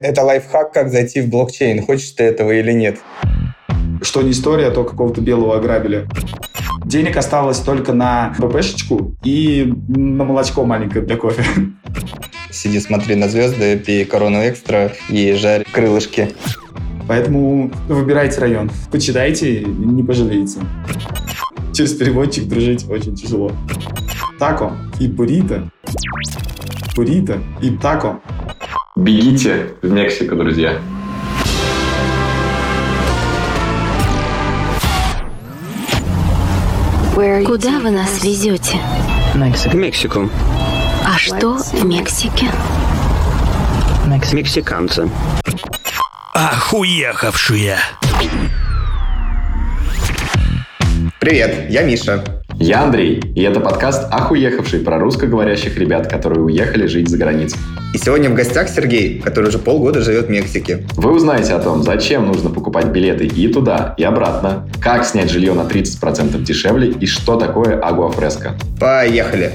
Это лайфхак, как зайти в блокчейн. Хочешь ты этого или нет? Что не история, то какого-то белого ограбили. Денег осталось только на ППшечку и на молочко маленькое для кофе. Сиди, смотри на звезды, пей корону экстра и жарь крылышки. Поэтому выбирайте район. Почитайте, не пожалеете. Через переводчик дружить очень тяжело. Тако и буррито. Буррито и тако. Бегите в Мексику, друзья. Куда вы нас везете? В Мексику. А что в Мексике? Мексиканцы. Охуехавшие. Привет, я Миша. Я Андрей, и это подкаст «Охуехавший» про русскоговорящих ребят, которые уехали жить за границей. И сегодня в гостях Сергей, который уже полгода живет в Мексике. Вы узнаете о том, зачем нужно покупать билеты и туда, и обратно, как снять жилье на 30% дешевле и что такое агуафреско. Поехали!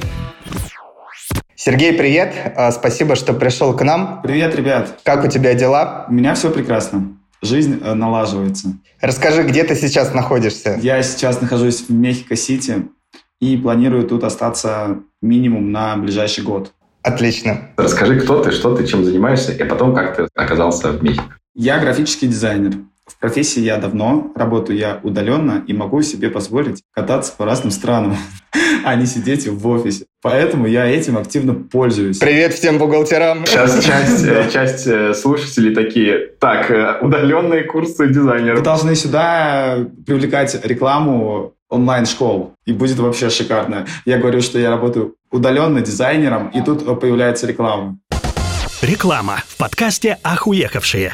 Сергей, привет! Спасибо, что пришел к нам. Привет, ребят! Как у тебя дела? У меня все прекрасно. Жизнь налаживается. Расскажи, где ты сейчас находишься? Я сейчас нахожусь в Мехико-Сити и планирую тут остаться минимум на ближайший год. Отлично. Расскажи, кто ты, что ты, чем занимаешься, и потом, как ты оказался в Мехико. Я графический дизайнер. В профессии я давно, работаю я удаленно и могу себе позволить кататься по разным странам, а не сидеть в офисе. Поэтому я этим активно пользуюсь. Привет всем бухгалтерам. Сейчас часть слушателей такие: так, удаленные курсы дизайнеров. Вы должны сюда привлекать рекламу онлайн-школ, и будет вообще шикарно. Я говорю, что я работаю удаленно дизайнером, и тут появляется реклама. Реклама в подкасте «Охуехавшие».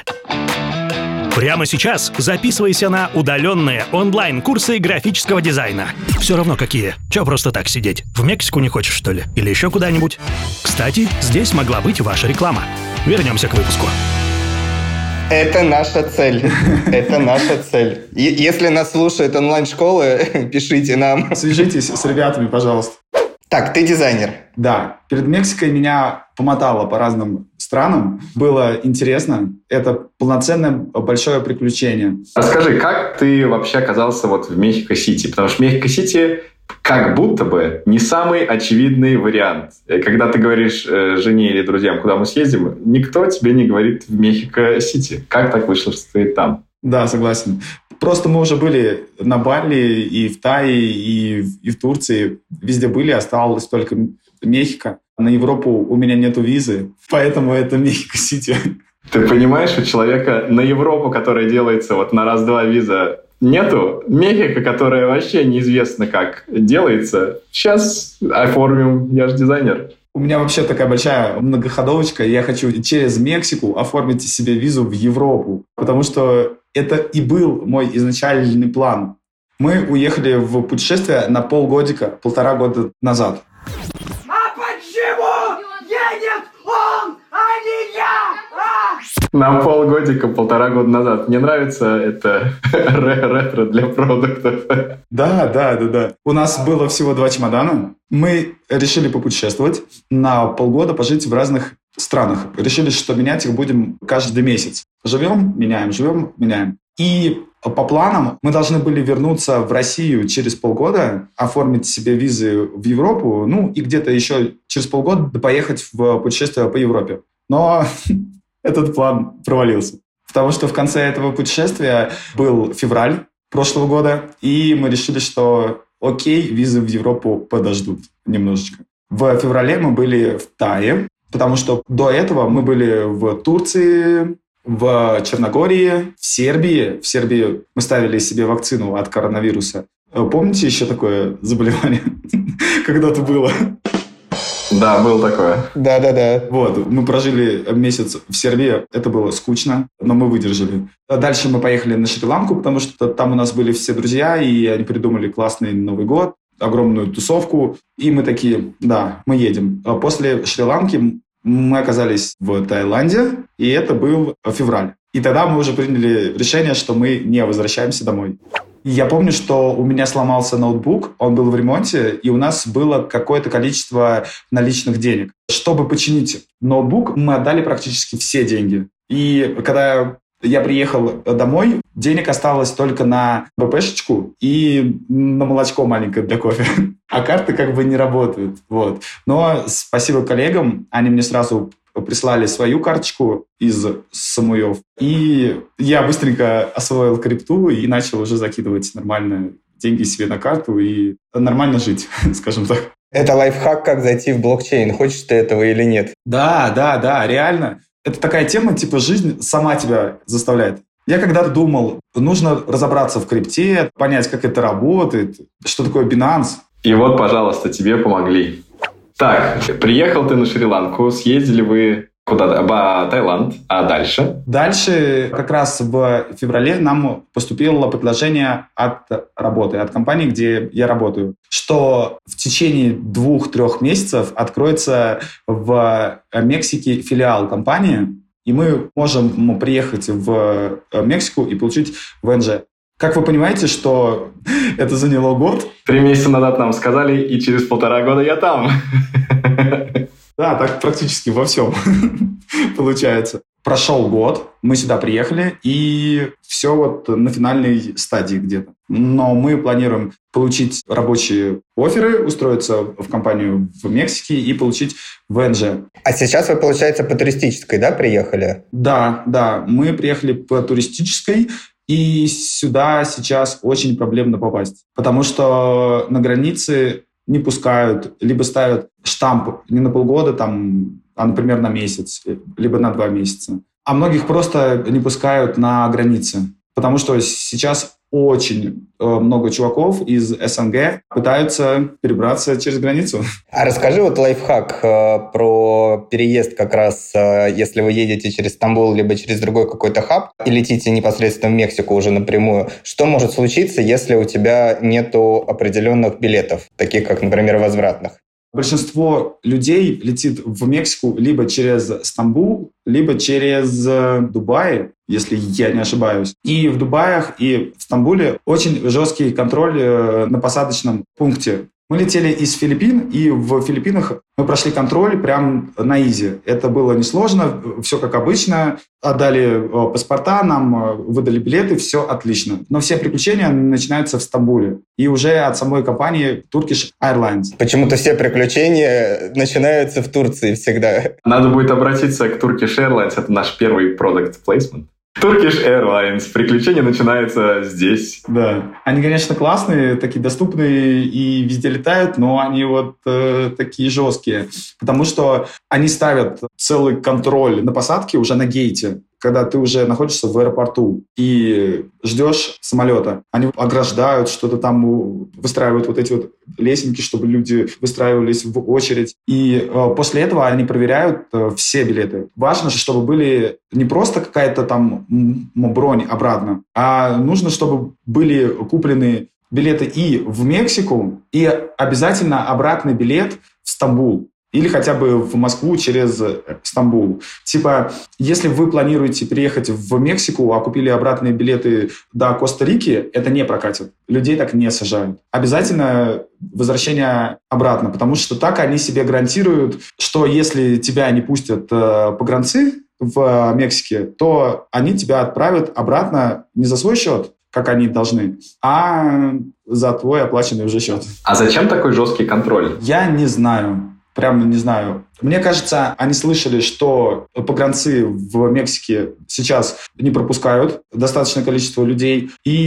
Прямо сейчас записывайся на удаленные онлайн-курсы графического дизайна. Все равно какие. Че просто так сидеть? В Мексику не хочешь, что ли? Или еще куда-нибудь? Кстати, здесь могла быть ваша реклама. Вернемся к выпуску. Это наша цель. Это наша цель. Если нас слушают онлайн-школы, пишите нам. Свяжитесь с ребятами, пожалуйста. Так, ты дизайнер. Да. Перед Мексикой меня помотало по разным странам. Было интересно. Это полноценное большое приключение. Расскажи, как ты вообще оказался вот в Мехико-Сити? Потому что Мехико-Сити как будто бы не самый очевидный вариант. Когда ты говоришь жене или друзьям, куда мы съездим, никто тебе не говорит в Мехико-Сити. Как так вышло, что ты там? Да, согласен. Просто мы уже были на Бали, и в Тае, и в Турции. Везде были, осталось только Мехико. На Европу у меня нету визы, поэтому это Мехико-Сити. Ты понимаешь, у человека на Европу, которая делается вот на раз-два виза, нету. Мехико, которая вообще неизвестно как делается. Сейчас оформим, я же дизайнер. У меня вообще такая большая многоходовочка. Я хочу через Мексику оформить себе визу в Европу, потому что это и был мой изначальный план. Мы уехали в путешествие на полтора года назад. А почему едет он, а не я? На полгодика, 1,5 года назад. Мне нравится это ретро для продуктов. Да. У нас было всего 2 чемодана. Мы решили попутешествовать на полгода, пожить в разных странах. Решили, что менять их будем каждый месяц. Живем, меняем. И по планам мы должны были вернуться в Россию через полгода, оформить себе визы в Европу, и где-то еще через полгода поехать в путешествие по Европе. Но этот план провалился. Потому что в конце этого путешествия был февраль прошлого года, и мы решили, что окей, визы в Европу подождут немножечко. В феврале мы были в Тае, потому что до этого мы были в Турции, в Черногории, в Сербии. В Сербии мы ставили себе вакцину от коронавируса. Помните еще такое заболевание? Когда-то было. Да, было такое. Да. Вот, мы прожили месяц в Сербии. Это было скучно, но мы выдержали. Дальше мы поехали на Шри-Ланку, потому что там у нас были все друзья, и они придумали классный Новый год, огромную тусовку. И мы такие, да, мы едем. После Шри-Ланки мы оказались в Таиланде, и это был февраль. И тогда мы уже приняли решение, что мы не возвращаемся домой. Я помню, что у меня сломался ноутбук, он был в ремонте, и у нас было какое-то количество наличных денег. Чтобы починить ноутбук, мы отдали практически все деньги. И когда я приехал домой, денег осталось только на БПшечку и на молочко маленькое для кофе. А карты как бы не работают. Вот. Но спасибо коллегам, они мне сразу прислали свою карточку из Самуев. И я быстренько освоил крипту и начал уже закидывать нормально деньги себе на карту и нормально жить, скажем так. Это лайфхак, как зайти в блокчейн. Хочешь ты этого или нет? Да, реально. Это такая тема, типа жизнь сама тебя заставляет. Я когда-то думал, нужно разобраться в крипте, понять, как это работает, что такое Binance. И вот, пожалуйста, тебе помогли. Так, приехал ты на Шри-Ланку, съездили вы куда-то, Таиланд, а дальше? Дальше как раз в феврале нам поступило предложение от работы, от компании, где я работаю, что в течение 2-3 месяцев откроется в Мексике филиал компании, и мы можем приехать в Мексику и получить ВНЖ. Как вы понимаете, что это заняло год? 3 месяца назад нам сказали, и через 1,5 года я там. Да, так практически во всем получается. Прошел год, мы сюда приехали, и все вот на финальной стадии где-то. Но мы планируем получить рабочие офферы, устроиться в компанию в Мексике и получить ВНЖ. А сейчас вы, получается, по туристической, да, приехали? Да, мы приехали по туристической, и сюда сейчас очень проблемно попасть. Потому что на границе не пускают, либо ставят штамп не на полгода, а, например, на месяц, либо на 2 месяца. А многих просто не пускают на границе. Потому что сейчас очень много чуваков из СНГ пытаются перебраться через границу. А расскажи вот лайфхак про переезд как раз, если вы едете через Стамбул, либо через другой какой-то хаб и летите непосредственно в Мексику уже напрямую. Что может случиться, если у тебя нету определенных билетов, таких как, например, возвратных? Большинство людей летит в Мексику либо через Стамбул, либо через Дубай, если я не ошибаюсь. И в Дубаях, и в Стамбуле очень жесткий контроль на посадочном пункте. Мы летели из Филиппин, и в Филиппинах мы прошли контроль прям на изи. Это было несложно, все как обычно. Отдали паспорта, нам выдали билеты, все отлично. Но все приключения начинаются в Стамбуле. И уже от самой компании Turkish Airlines. Почему-то все приключения начинаются в Турции всегда. Надо будет обратиться к Turkish Airlines, это наш первый product placement. Turkish Airlines. Приключения начинаются здесь. Да. Они, конечно, классные, такие доступные и везде летают, но они вот такие жесткие. Потому что они ставят целый контроль на посадке уже на гейте, когда ты уже находишься в аэропорту и ждешь самолета. Они ограждают, что-то там выстраивают вот эти вот лесенки, чтобы люди выстраивались в очередь. И после этого они проверяют все билеты. Важно, чтобы были не просто какая-то там бронь обратно, а нужно, чтобы были куплены билеты и в Мексику, и обязательно обратный билет в Стамбул. Или хотя бы в Москву через Стамбул. Типа, если вы планируете переехать в Мексику, а купили обратные билеты до Коста-Рики, это не прокатит. Людей так не сажают. Обязательно возвращение обратно, потому что так они себе гарантируют, что если тебя не пустят погранцы в Мексике, то они тебя отправят обратно не за свой счет, как они должны, а за твой оплаченный уже счет. А зачем такой жесткий контроль? Я не знаю. Прямо не знаю. Мне кажется, они слышали, что погранцы в Мексике сейчас не пропускают достаточное количество людей,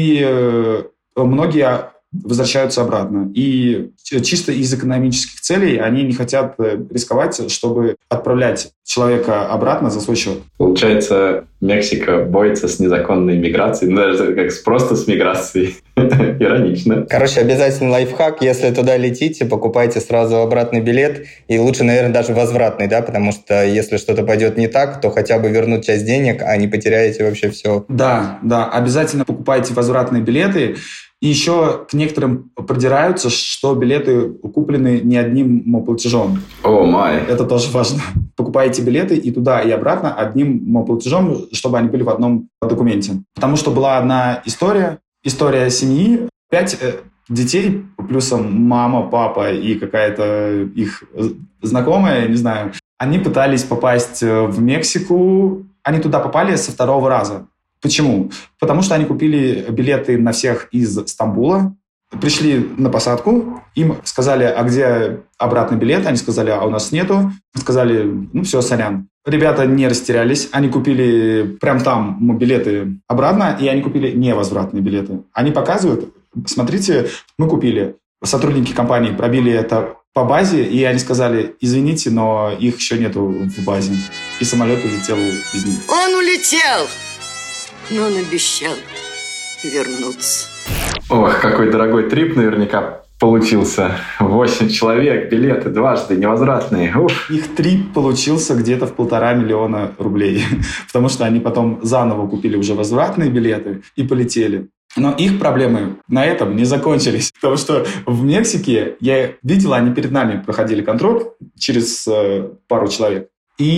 и многие возвращаются обратно. И чисто из экономических целей они не хотят рисковать, чтобы отправлять человека обратно за свой счет. Получается, Мексика борется с незаконной миграцией, ну, даже как просто с миграцией. Иронично. Короче, обязательно лайфхак. Если туда летите, покупайте сразу обратный билет. И лучше, наверное, даже возвратный, да? Потому что если что-то пойдет не так, то хотя бы вернуть часть денег, а не потеряете вообще все. Да, обязательно покупайте возвратные билеты. И еще к некоторым придираются, что билеты куплены не одним платежом. О, май. Это тоже важно. Покупаете билеты и туда, и обратно одним платежом, чтобы они были в одном документе. Потому что была одна история семьи, 5 детей, плюсом мама, папа и какая-то их знакомая, не знаю. Они пытались попасть в Мексику они туда попали со второго раза. Почему? Потому что они купили билеты на всех из Стамбула, пришли на посадку, им сказали, а где обратный билет? Они сказали, а у нас нету. Сказали, ну все, сорян. Ребята не растерялись, они купили прям там билеты обратно, и они купили невозвратные билеты. Они показывают, смотрите, мы купили. Сотрудники компании пробили это по базе, и они сказали, извините, но их еще нету в базе. И самолет улетел без них. Он улетел, но он обещал вернуться. Ох, какой дорогой трип наверняка получился. 8 человек, билеты дважды невозвратные. Ух. Их трип получился где-то в 1,5 миллиона рублей, потому что они потом заново купили уже возвратные билеты и полетели. Но их проблемы на этом не закончились, потому что в Мексике, я видел, они перед нами проходили контроль через пару человек.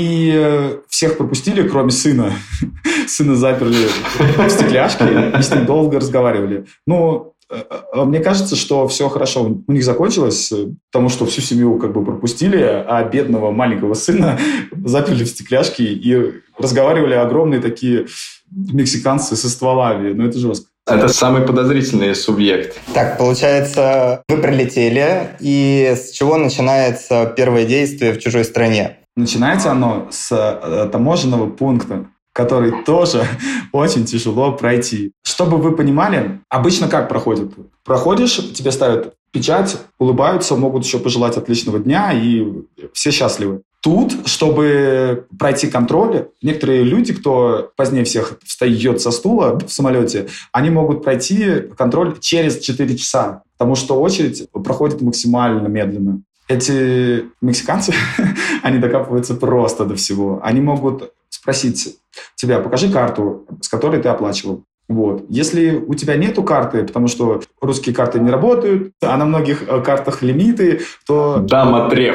И всех пропустили, кроме сына. Сына заперли в стекляшке и с ним долго разговаривали. Ну, мне кажется, что все хорошо у них закончилось, потому что всю семью как бы пропустили, а бедного маленького сына заперли в стекляшке и разговаривали огромные такие мексиканцы со стволами. Ну, это жестко. Это самый подозрительный субъект. Так, получается, вы прилетели, и с чего начинается первое действие в чужой стране? Начинается оно с таможенного пункта, который тоже очень тяжело пройти. Чтобы вы понимали, обычно как проходит? Проходишь, тебе ставят печать, улыбаются, могут еще пожелать отличного дня, и все счастливы. Тут, чтобы пройти контроль, некоторые люди, кто позднее всех встает со стула в самолете, они могут пройти контроль через 4 часа, потому что очередь проходит максимально медленно. Эти мексиканцы, они докапываются просто до всего. Они могут спросить тебя, покажи карту, с которой ты оплачивал. Вот. Если у тебя нету карты, потому что русские карты не работают, а на многих картах лимиты, то... Домотрев.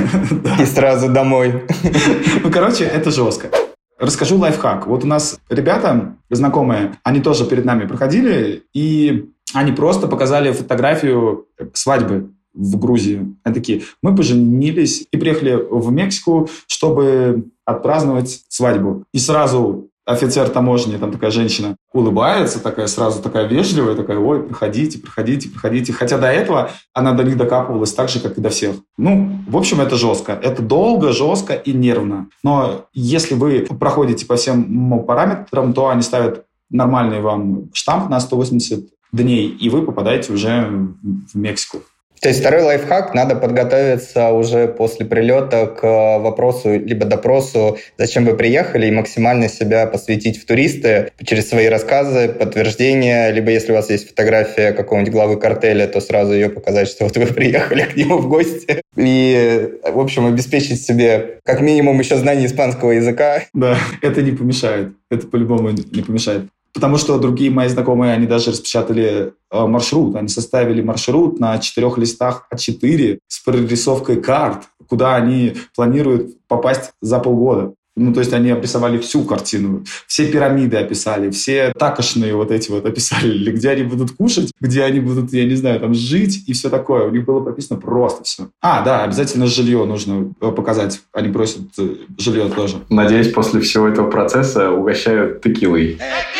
И сразу домой. Ну, короче, это жестко. Расскажу лайфхак. Вот у нас ребята, знакомые, они тоже перед нами проходили, и они просто показали фотографию свадьбы в Грузии. Они такие, мы поженились и приехали в Мексику, чтобы отпраздновать свадьбу. И сразу офицер таможни, там такая женщина, улыбается, такая сразу такая вежливая, такая, ой, проходите, проходите, проходите. Хотя до этого она до них докапывалась так же, как и до всех. Ну, в общем, это жестко. Это долго, жестко и нервно. Но если вы проходите по всем параметрам, то они ставят нормальный вам штамп на 180 дней, и вы попадаете уже в Мексику. То есть второй лайфхак, надо подготовиться уже после прилета к вопросу либо допросу, зачем вы приехали, и максимально себя посвятить в туристы через свои рассказы, подтверждения, либо если у вас есть фотография какого-нибудь главы картеля, то сразу ее показать, что вот вы приехали к нему в гости. И, в общем, обеспечить себе как минимум еще знание испанского языка. Да, это не помешает. Это по-любому не помешает. Потому что другие мои знакомые, они даже распечатали маршрут. Они составили маршрут на 4 листах А4 с прорисовкой карт, куда они планируют попасть за полгода. Ну, то есть они обрисовали всю картину. Все пирамиды описали, все такошные вот эти вот описали, где они будут кушать, где они будут, я не знаю, там жить и все такое. У них было прописано просто все. А, да, обязательно жилье нужно показать. Они просят жилье тоже. Надеюсь, после всего этого процесса угощают текилой.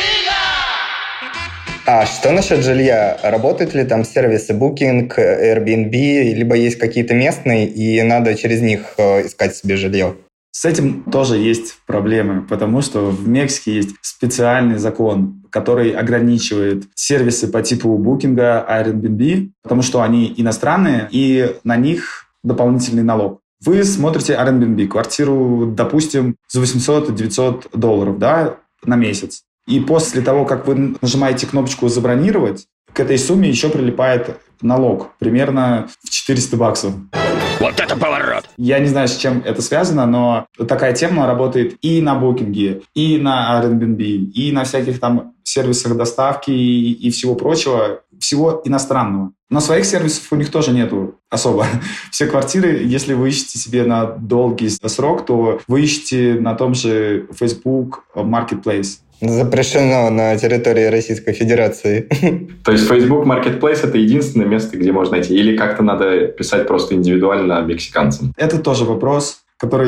А что насчет жилья? Работают ли там сервисы Booking, Airbnb, либо есть какие-то местные, и надо через них искать себе жилье? С этим тоже есть проблемы, потому что в Мексике есть специальный закон, который ограничивает сервисы по типу Booking, Airbnb, потому что они иностранные, и на них дополнительный налог. Вы смотрите Airbnb, квартиру, допустим, за $800-900, да, на месяц. И после того, как вы нажимаете кнопочку «Забронировать», к этой сумме еще прилипает налог, примерно в $400. Вот это поворот! Я не знаю, с чем это связано, но такая тема работает и на Booking, и на Airbnb, и на всяких там сервисах доставки и всего прочего, всего иностранного. Но своих сервисов у них тоже нету особо. Все квартиры, если вы ищете себе на долгий срок, то вы ищете на том же Facebook Marketplace. Запрещено на территории Российской Федерации. То есть Facebook Marketplace — это единственное место, где можно найти? Или как-то надо писать просто индивидуально мексиканцам? Это тоже вопрос, который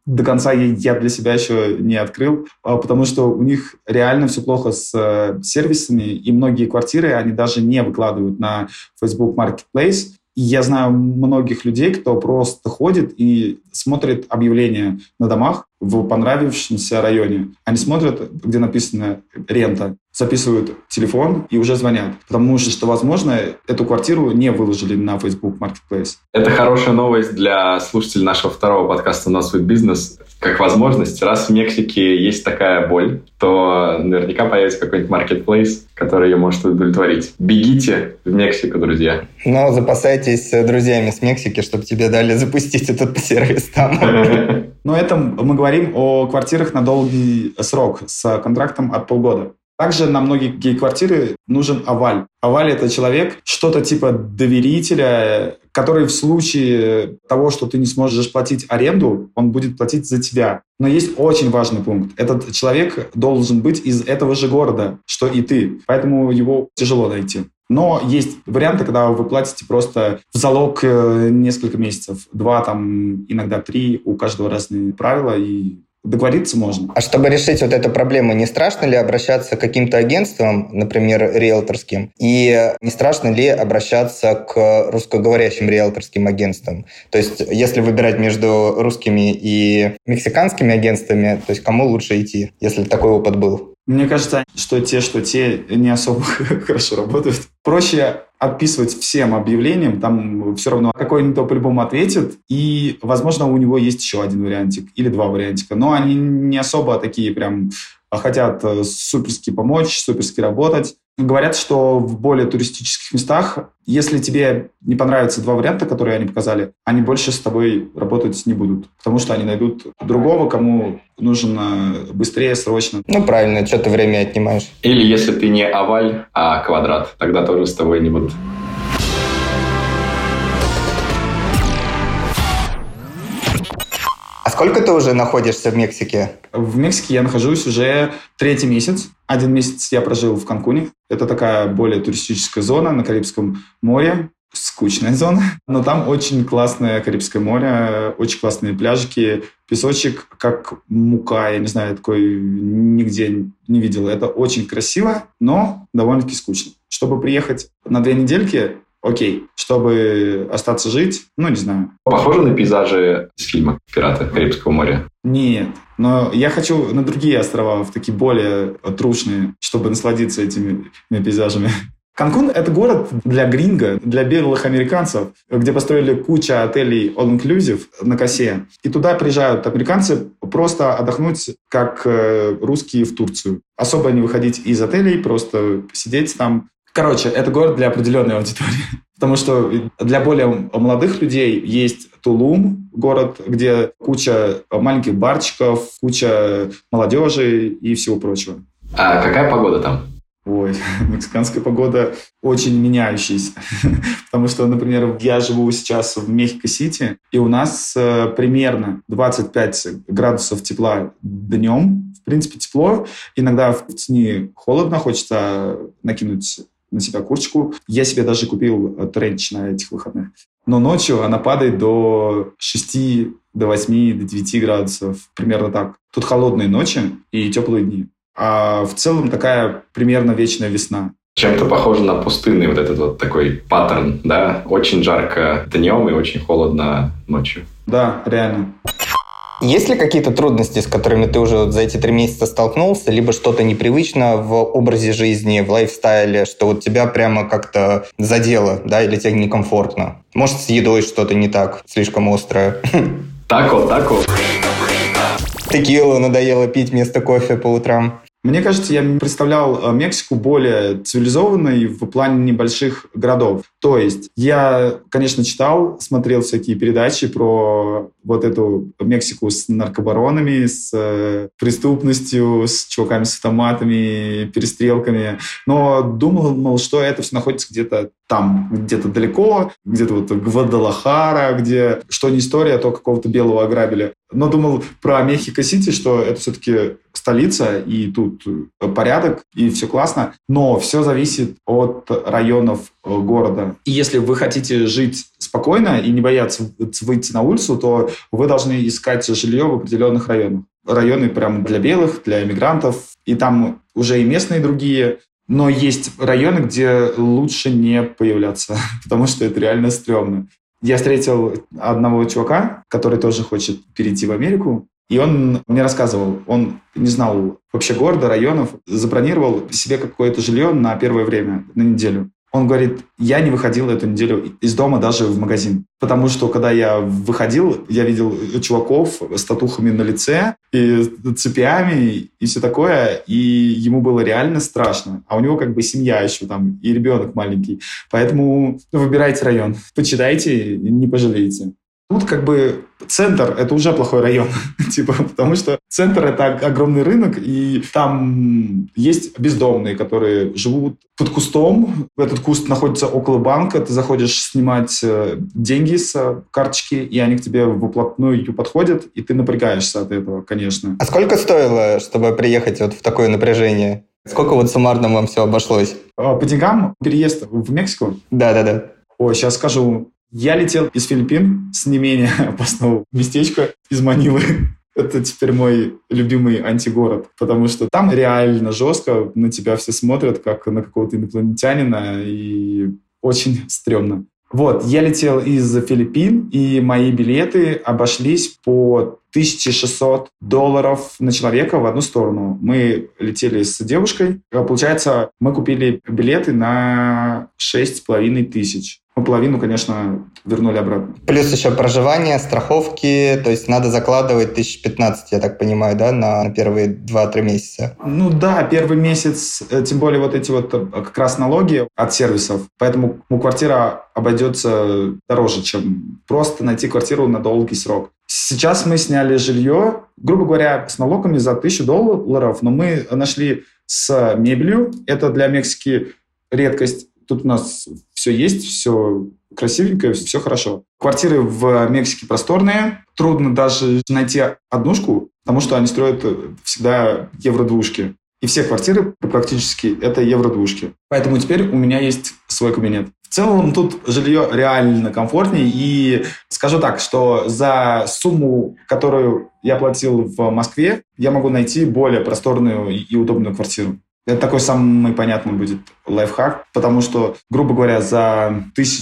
до конца я для себя еще не открыл, потому что у них реально все плохо с сервисами, и многие квартиры они даже не выкладывают на Facebook Marketplace. И я знаю многих людей, кто просто ходит и смотрит объявления на домах в понравившемся районе. Они смотрят, где написано «рента», записывают телефон и уже звонят. Потому что, возможно, эту квартиру не выложили на Facebook Marketplace. Это хорошая новость для слушателей нашего второго подкаста «No Sweat Business». Как возможность, раз в Мексике есть такая боль, то наверняка появится какой-нибудь marketplace, который ее может удовлетворить. Бегите в Мексику, друзья. Но запасайтесь друзьями с Мексики, чтобы тебе дали запустить этот сервис там. Но это мы говорим о квартирах на долгий срок с контрактом от полгода. Также на многие квартиры нужен аваль. Аваль – это человек, что-то типа доверителя, который в случае того, что ты не сможешь платить аренду, он будет платить за тебя. Но есть очень важный пункт. Этот человек должен быть из этого же города, что и ты. Поэтому его тяжело найти. Но есть варианты, когда вы платите просто в залог несколько месяцев. 2, иногда 3. У каждого разные правила, и договориться можно. А чтобы решить вот эту проблему, не страшно ли обращаться к каким-то агентствам, например, риэлторским? И не страшно ли обращаться к русскоговорящим риэлторским агентствам? То есть, если выбирать между русскими и мексиканскими агентствами, то есть кому лучше идти, если такой опыт был? Мне кажется, что те не особо хорошо работают. Проще отписывать всем объявлениям, там все равно какой-нибудь по-любому ответит, и, возможно, у него есть еще один вариантик или 2 вариантика, но они не особо такие прям хотят суперски помочь, суперски работать. Говорят, что в более туристических местах, если тебе не понравятся 2 варианта, которые они показали, они больше с тобой работать не будут, потому что они найдут другого, кому нужно быстрее, срочно. Ну, правильно, что ты время отнимаешь. Или если ты не оваль, а квадрат, тогда тоже с тобой не будут. А сколько ты уже находишься в Мексике? В Мексике я нахожусь уже 3-й месяц. 1 месяц я прожил в Канкуне. Это такая более туристическая зона на Карибском море. Скучная зона. Но там очень классное Карибское море, очень классные пляжики, песочек, как мука. Я не знаю, такой нигде не видел. Это очень красиво, но довольно-таки скучно. Чтобы приехать на 2 недельки, окей. Чтобы остаться жить, не знаю. Похоже на пейзажи с фильма «Пираты Карибского моря»? Нет. Но я хочу на другие острова, в такие более трушные, чтобы насладиться этими пейзажами. Канкун – это город для гринго, для белых американцев, где построили кучу отелей all-inclusive на косе. И туда приезжают американцы просто отдохнуть, как русские в Турцию. Особо не выходить из отелей, просто сидеть там. Короче, это город для определенной аудитории. Потому что для более молодых людей есть Тулум, город, где куча маленьких барчиков, куча молодежи и всего прочего. А какая погода там? Ой, мексиканская погода очень меняющаяся. Потому что, например, я живу сейчас в Мехико-Сити, и у нас примерно 25 градусов тепла днем. В принципе, тепло. Иногда в тени холодно, хочется накинуть на себя курточку. Я себе даже купил тренч на этих выходных. Но ночью она падает до 6, до 8, до 9 градусов. Примерно так. Тут холодные ночи и теплые дни. А в целом такая примерно вечная весна. Чем-то похоже на пустынный вот этот вот такой паттерн, да? Очень жарко днем и очень холодно ночью. Да, реально. Есть ли какие-то трудности, с которыми ты уже за эти 3 месяца столкнулся, либо что-то непривычно в образе жизни, в лайфстайле, что вот тебя прямо как-то задело, да, или тебе некомфортно? Может, с едой что-то не так, слишком острое? Тако. Текилу надоело пить вместо кофе по утрам. Мне кажется, я представлял Мексику более цивилизованной в плане небольших городов. То есть я, конечно, читал, смотрел всякие передачи про вот эту Мексику с наркобаронами, с преступностью, с чуваками с автоматами, перестрелками. Но думал, что это все находится где-то там, где-то далеко, где-то вот Гвадалахара, где что не история, то какого-то белого ограбили. Но думал про Мехико-Сити, что это все-таки столица, и тут порядок, и все классно. Но все зависит от районов города. И если вы хотите жить спокойно и не бояться выйти на улицу, то вы должны искать жилье в определенных районах. Районы прям для белых, для иммигрантов, и там уже и местные другие. Но есть районы, где лучше не появляться, потому что это реально стрёмно. Я встретил одного чувака, который тоже хочет перейти в Америку, и он мне рассказывал, он не знал вообще города, районов, забронировал себе какое-то жилье на первое время, на неделю. Он говорит, я не выходил эту неделю из дома даже в магазин. Потому что, когда я выходил, я видел чуваков с татухами на лице и цепями и все такое, и ему было реально страшно. А у него как бы семья еще там и ребенок маленький. Поэтому выбирайте район, почитайте, не пожалеете. Тут как бы центр – это уже плохой район, потому что центр – это огромный рынок, и там есть бездомные, которые живут под кустом. Этот куст находится около банка, ты заходишь снимать деньги с карточки, и они к тебе вплотную подходят, и ты напрягаешься от этого, конечно. А сколько стоило, чтобы приехать вот в такое напряжение? Сколько вот суммарно вам все обошлось? По деньгам переезд в Мексику? Да. Ой, сейчас скажу. Я летел из Филиппин с не менее опасного местечка, из Манилы. Это теперь мой любимый антигород, потому что там реально жестко на тебя все смотрят, как на какого-то инопланетянина, и очень стрёмно. Вот, я летел из Филиппин, и мои билеты обошлись по $1600 на человека в одну сторону. Мы летели с девушкой. Получается, мы купили билеты на 6500. Мы половину, конечно, вернули обратно. Плюс еще проживание, страховки, то есть надо закладывать 1015, я так понимаю, да, на первые 2-3 месяца? Ну да, первый месяц, тем более вот эти вот как раз налоги от сервисов, поэтому квартира обойдется дороже, чем просто найти квартиру на долгий срок. Сейчас мы сняли жилье, грубо говоря, с налогами за $1000, но мы нашли с мебелью, это для Мексики редкость. Тут у нас все есть, все красивенькое, все хорошо. Квартиры в Мексике просторные. Трудно даже найти однушку, потому что они строят всегда евро-двушки. И все квартиры практически это евро-двушки. Поэтому теперь у меня есть свой кабинет. В целом тут жилье реально комфортнее. И скажу так, что за сумму, которую я платил в Москве, я могу найти более просторную и удобную квартиру. Это такой самый понятный будет лайфхак, потому что, грубо говоря, за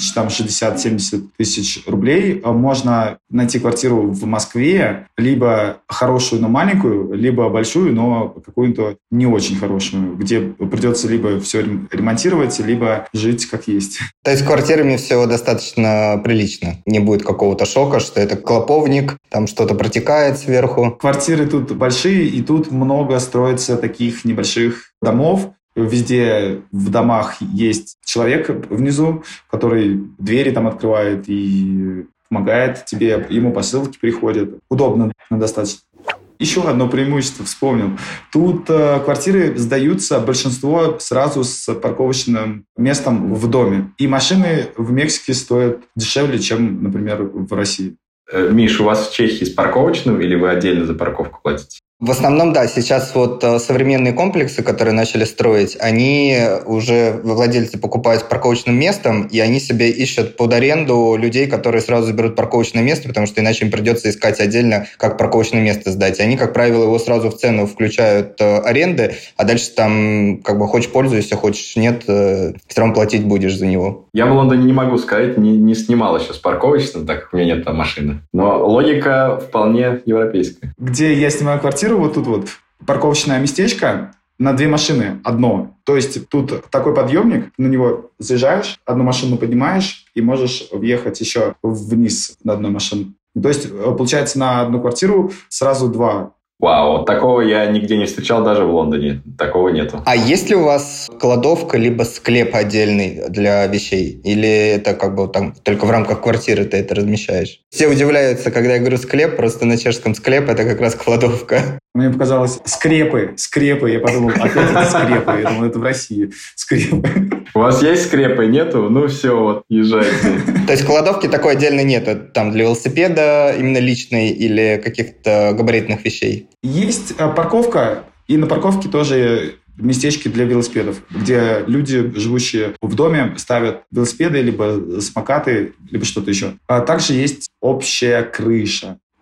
60-70 тысяч рублей можно найти квартиру в Москве, либо хорошую, но маленькую, либо большую, но какую-то не очень хорошую, где придется либо все ремонтировать, либо жить как есть. То есть с квартирами все достаточно прилично? Не будет какого-то шока, что это клоповник, там что-то протекает сверху? Квартиры тут большие, и тут много строится таких небольших домов. Везде в домах есть человек внизу, который двери там открывает и помогает тебе, ему посылки приходят. Удобно достаточно. Еще одно преимущество вспомнил. Тут квартиры сдаются, большинство сразу с парковочным местом в доме. И машины в Мексике стоят дешевле, чем, например, в России. Миш, у вас в Чехии с парковочным или вы отдельно за парковку платите? В основном, да. Сейчас вот современные комплексы, которые начали строить, они уже владельцы покупают с парковочным местом, и они себе ищут под аренду людей, которые сразу заберут парковочное место, потому что иначе им придется искать отдельно, как парковочное место сдать. И они, как правило, его сразу в цену включают аренды, а дальше там как бы хочешь пользуйся, хочешь нет, все равно платить будешь за него. Я в Лондоне не могу сказать, не снимал еще с парковочным, так как у меня нет там машины. Но логика вполне европейская. Где я снимаю квартиру, вот тут вот парковочное местечко на 2 машины одно. То есть тут такой подъемник, на него заезжаешь, одну машину поднимаешь и можешь въехать еще вниз на одну машину. То есть получается на одну квартиру сразу 2. Вау, такого я нигде не встречал, даже в Лондоне. Такого нету. А есть ли у вас кладовка либо склеп отдельный для вещей? Или это как бы там только в рамках квартиры ты это размещаешь? Все удивляются, когда я говорю склеп, просто на чешском склеп это как раз кладовка. Мне показалось скрепы. Я подумал, опять это скрепы. Я думал, это в России скрепы. У вас есть скрепы? Нету? Ну все, вот, езжайте. То есть кладовки такой отдельно нет? Там для велосипеда именно личной или каких-то габаритных вещей? Есть парковка, и на парковке тоже местечки для велосипедов, где люди, живущие в доме, ставят велосипеды, либо самокаты, либо что-то еще. А также есть общая крыша.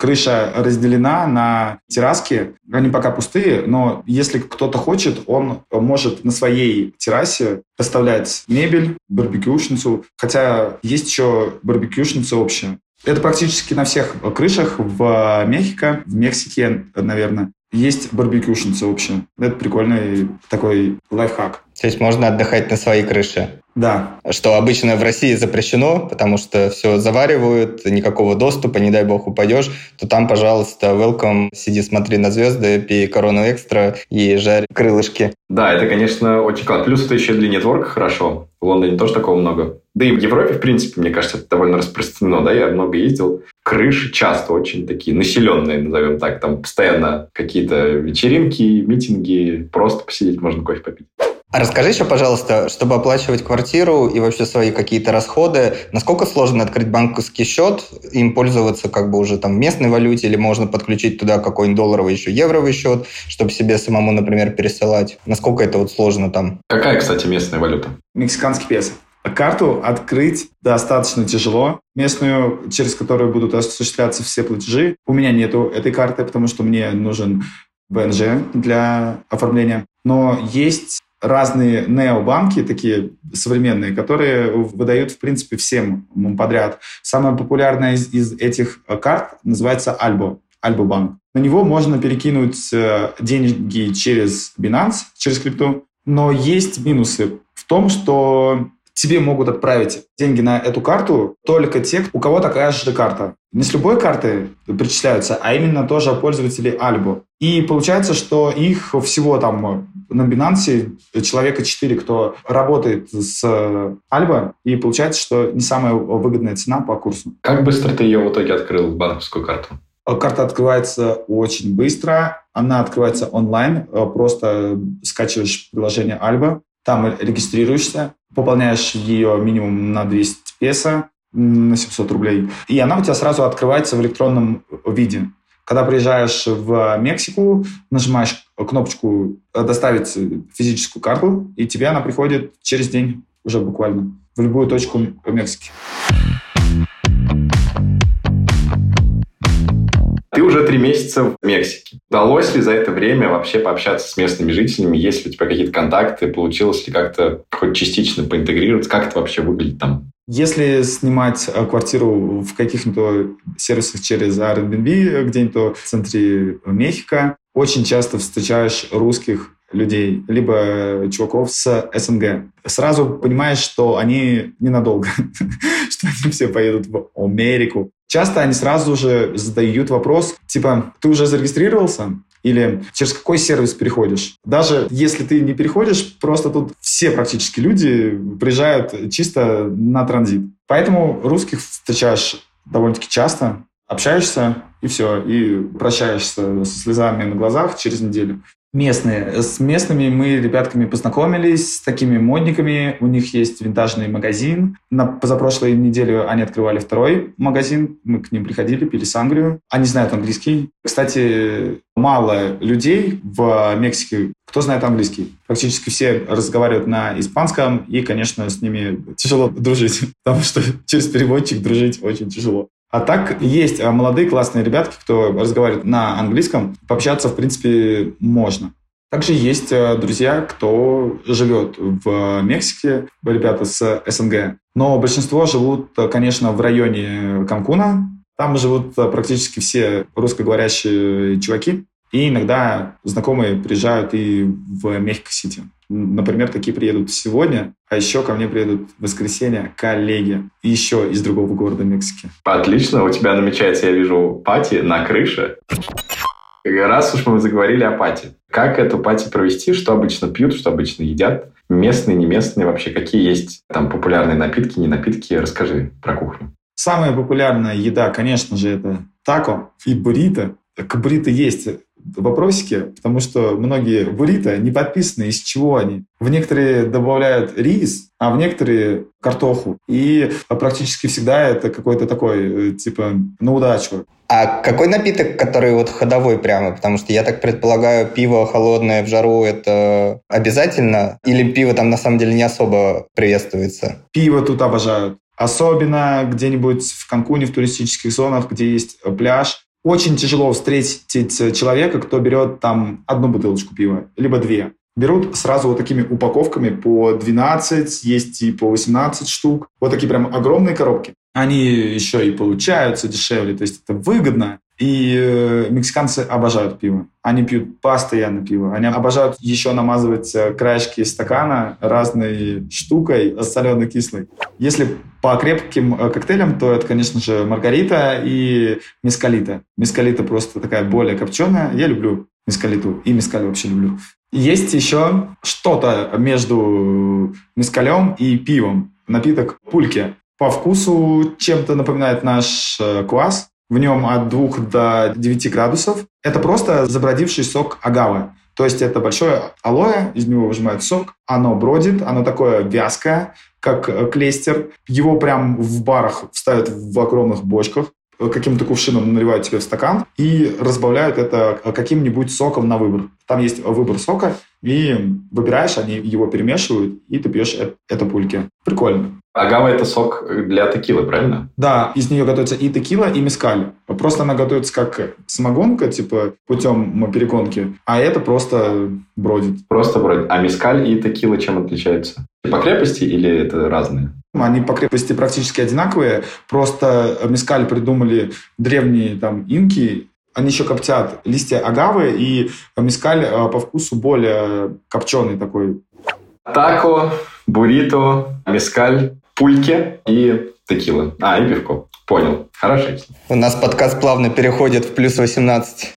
крыша разделена на терраски. Они пока пустые, но если кто-то хочет, он может на своей террасе поставлять мебель, барбекюшницу. Хотя есть еще барбекюшница общая. Это практически на всех крышах в Мехико, в Мексике, наверное, есть барбекюшница общая. Это прикольный такой лайфхак. То есть можно отдыхать на своей крыше? Да. Что обычно в России запрещено, потому что все заваривают, никакого доступа, не дай бог упадешь, то там, пожалуйста, welcome, сиди, смотри на звезды, пей корону экстра и жарь крылышки. Да, это, конечно, очень классно. Плюс это еще для нетворка хорошо. В Лондоне тоже такого много. Да и в Европе, в принципе, мне кажется, это довольно распространено. Да, я много ездил. Крыши часто очень такие населенные, назовем так. Там постоянно какие-то вечеринки, митинги. Просто посидеть, можно кофе попить. А расскажи еще, пожалуйста, чтобы оплачивать квартиру и вообще свои какие-то расходы, насколько сложно открыть банковский счет, им пользоваться как бы уже там в местной валюте, или можно подключить туда какой-нибудь долларовый еще евровый счет, чтобы себе самому, например, пересылать? Насколько это вот сложно там? Какая, кстати, местная валюта? Мексиканский песо. Карту открыть достаточно тяжело. Местную, через которую будут осуществляться все платежи. У меня нету этой карты, потому что мне нужен ВНЖ для оформления. Но есть разные необанки, такие современные, которые выдают, в принципе, всем подряд. Самая популярная из этих карт называется Альбо-банк. На него можно перекинуть деньги через Binance, через крипту. Но есть минусы в том, что тебе могут отправить деньги на эту карту только те, у кого такая же карта. Не с любой карты причисляются, а именно тоже пользователи Альбо. И получается, что их всего там на Binance человека 4, кто работает с Альбо, и получается, что не самая выгодная цена по курсу. Как быстро ты ее в итоге открыл, банковскую карту? Карта открывается очень быстро. Она открывается онлайн. Просто скачиваешь приложение Альбо, там регистрируешься, пополняешь ее минимум на 200 песо, на 700 рублей, и она у тебя сразу открывается в электронном виде. Когда приезжаешь в Мексику, нажимаешь кнопочку «Доставить физическую карту», и тебе она приходит через день уже буквально в любую точку Мексики. Ты уже 3 месяца в Мексике. Удалось ли за это время вообще пообщаться с местными жителями? Есть ли у тебя какие-то контакты? Получилось ли как-то хоть частично поинтегрироваться? Как это вообще выглядит там? Если снимать квартиру в каких-нибудь сервисах через Airbnb, где-нибудь в центре Мехико, очень часто встречаешь русских людей, либо чуваков с СНГ. Сразу понимаешь, что они ненадолго, что они все поедут в Америку. Часто они сразу же задают вопрос, типа, ты уже зарегистрировался? Или через какой сервис переходишь? Даже если ты не переходишь, просто тут все практически люди приезжают чисто на транзит. Поэтому русских встречаешь довольно-таки часто, общаешься, и все, и прощаешься со слезами на глазах через неделю. Местные. С местными мы ребятками познакомились, с такими модниками. У них есть винтажный магазин. На позапрошлой неделе они открывали 2-й магазин. Мы к ним приходили, пили сангрию. Они знают английский. Кстати, мало людей в Мексике, кто знает английский. Практически все разговаривают на испанском, и, конечно, с ними тяжело дружить, потому что через переводчик дружить очень тяжело. А так есть молодые классные ребятки, кто разговаривает на английском. Пообщаться, в принципе, можно. Также есть друзья, кто живет в Мексике, ребята с СНГ. Но большинство живут, конечно, в районе Канкуна. Там живут практически все русскоговорящие чуваки. И иногда знакомые приезжают и в Мехико-Сити. Например, такие приедут сегодня, а еще ко мне приедут в воскресенье коллеги еще из другого города Мексики. Отлично, у тебя намечается, я вижу, пати на крыше. Раз уж мы заговорили о пати, как эту пати провести, что обычно пьют, что обычно едят, местные, не местные, вообще какие есть там популярные напитки, не напитки, расскажи про кухню. Самая популярная еда, конечно же, это тако и буррито. К буррито есть вопросики, потому что многие буррито не подписаны, из чего они. В некоторые добавляют рис, а в некоторые картоху. И практически всегда это какой-то такой, типа, на удачу. А какой напиток, который вот ходовой прямо? Потому что я так предполагаю, пиво холодное в жару – это обязательно? Или пиво там на самом деле не особо приветствуется? Пиво тут обожают. Особенно где-нибудь в Канкуне, в туристических зонах, где есть пляж. Очень тяжело встретить человека, кто берет там одну бутылочку пива, либо две. Берут сразу вот такими упаковками по 12, есть и по 18 штук. Вот такие прям огромные коробки. Они еще и получаются дешевле, то есть это выгодно. И мексиканцы обожают пиво. Они пьют постоянно пиво. Они обожают еще намазывать краешки стакана разной штукой солено-кислой. Если по крепким коктейлям, то это, конечно же, маргарита и мескалита. Мескалита просто такая более копченая. Я люблю мескалиту. И мескаль вообще люблю. Есть еще что-то между мескалем и пивом. Напиток пульке. По вкусу чем-то напоминает наш квас. В нем от 2 до 9 градусов. Это просто забродивший сок агавы. То есть это большое алоэ, из него выжимают сок. Оно бродит, оно такое вязкое, как клейстер. Его прям в барах ставят в огромных бочках. Каким-то кувшином наливают тебе в стакан и разбавляют это каким-нибудь соком на выбор. Там есть выбор сока, и выбираешь, они его перемешивают, и ты пьешь это пульки. Прикольно. Агава – это сок для текилы, правильно? Да, из нее готовится и текила, и мескаль. Просто она готовится как самогонка, типа путем перегонки, а это просто бродит. Просто бродит. А мескаль и текила чем отличаются? По крепости или это разные? Они по крепости практически одинаковые, просто мескаль придумали древние там инки. Они еще коптят листья агавы, и мескаль по вкусу более копченый такой. Тако, буррито, мескаль, пульке и текила. И пивко. Понял. Хорошо. У нас подкаст плавно переходит в плюс 18.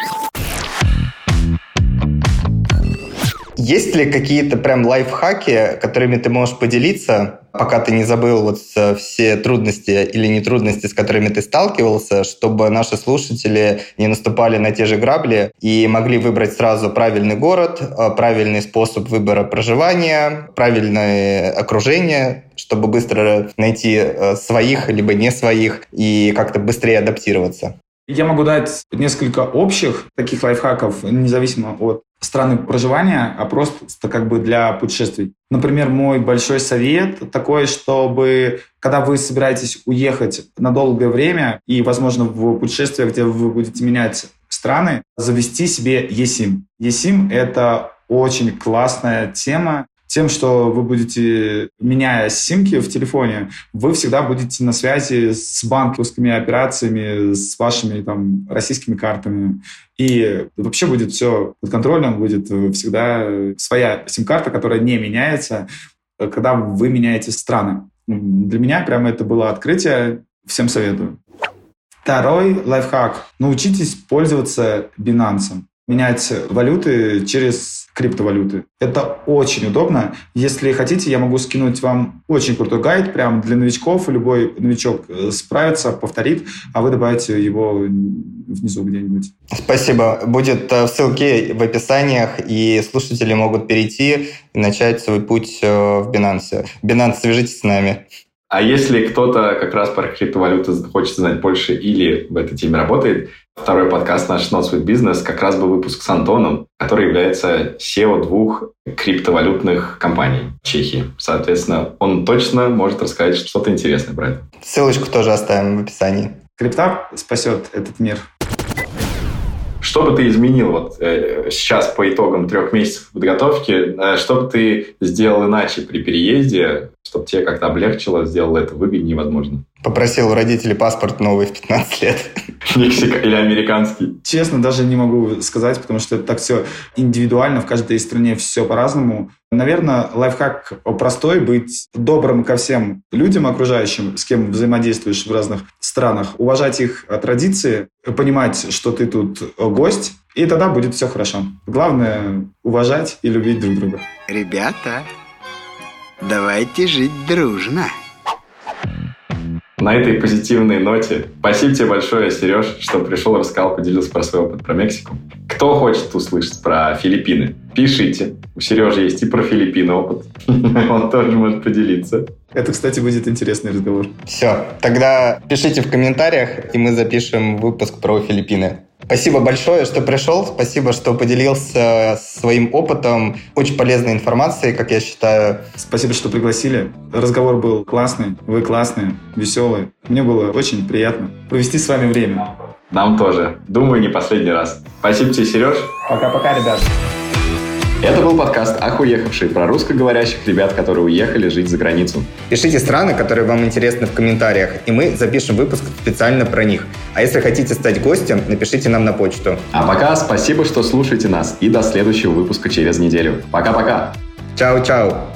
Есть ли какие-то прям лайфхаки, которыми ты можешь поделиться, пока ты не забыл вот все трудности или нетрудности, с которыми ты сталкивался, чтобы наши слушатели не наступали на те же грабли и могли выбрать сразу правильный город, правильный способ выбора проживания, правильное окружение, чтобы быстро найти своих либо не своих и как-то быстрее адаптироваться? Я могу дать несколько общих таких лайфхаков, независимо от страны проживания, а просто как бы для путешествий. Например, мой большой совет такой, чтобы, когда вы собираетесь уехать на долгое время и, возможно, в путешествие, где вы будете менять страны, завести себе eSIM. eSIM – это очень классная тема. Тем, что вы будете, меняя симки в телефоне, вы всегда будете на связи с банковскими операциями, с вашими там российскими картами. И вообще будет все под контролем, будет всегда своя сим-карта, которая не меняется, когда вы меняете страны. Для меня прямо это было открытие. Всем советую. Второй лайфхак. Научитесь пользоваться Binance. Менять валюты через криптовалюты. Это очень удобно. Если хотите, я могу скинуть вам очень крутой гайд прям для новичков. Любой новичок справится, повторит, а вы добавите его внизу где-нибудь. Спасибо. Будет ссылки в описаниях, и слушатели могут перейти и начать свой путь в Binance. Binance, свяжитесь с нами. А если кто-то как раз про криптовалюты хочет знать больше или в этой теме работает, второй подкаст наш Not Sweet Business как раз был выпуск с Антоном, который является SEO 2 криптовалютных компаний в Чехии. Соответственно, он точно может рассказать что-то интересное про это. Ссылочку тоже оставим в описании. Крипта спасет этот мир. Что бы ты изменил вот сейчас по итогам 3 месяцев подготовки? Что бы ты сделал иначе при переезде, чтобы тебе как-то облегчило, сделало это выгоднее, возможно? Попросил у родителей паспорт новый в 15 лет. Мексика или американский? Честно, даже не могу сказать, потому что это так все индивидуально, в каждой стране все по-разному. Наверное, лайфхак простой — быть добрым ко всем людям окружающим, с кем взаимодействуешь в разных странах, уважать их традиции, понимать, что ты тут гость, и тогда будет все хорошо. Главное — уважать и любить друг друга. Ребята, давайте жить дружно. На этой позитивной ноте спасибо тебе большое, Сереж, что пришел, рассказал, поделился про свой опыт про Мексику. Кто хочет услышать про Филиппины, пишите. У Сережи есть и про Филиппины опыт. Он тоже может поделиться. Это, кстати, будет интересный разговор. Все, тогда пишите в комментариях, и мы запишем выпуск про Филиппины. Спасибо большое, что пришел. Спасибо, что поделился своим опытом. Очень полезной информацией, как я считаю. Спасибо, что пригласили. Разговор был классный. Вы классные, веселые. Мне было очень приятно провести с вами время. Нам тоже. Думаю, не последний раз. Спасибо тебе, Сереж. Пока-пока, ребят. Это был подкаст «Ах, уехавший» про русскоговорящих ребят, которые уехали жить за границу. Пишите страны, которые вам интересны в комментариях, и мы запишем выпуск специально про них. А если хотите стать гостем, напишите нам на почту. А пока спасибо, что слушаете нас, и до следующего выпуска через неделю. Пока-пока. Чао-чао.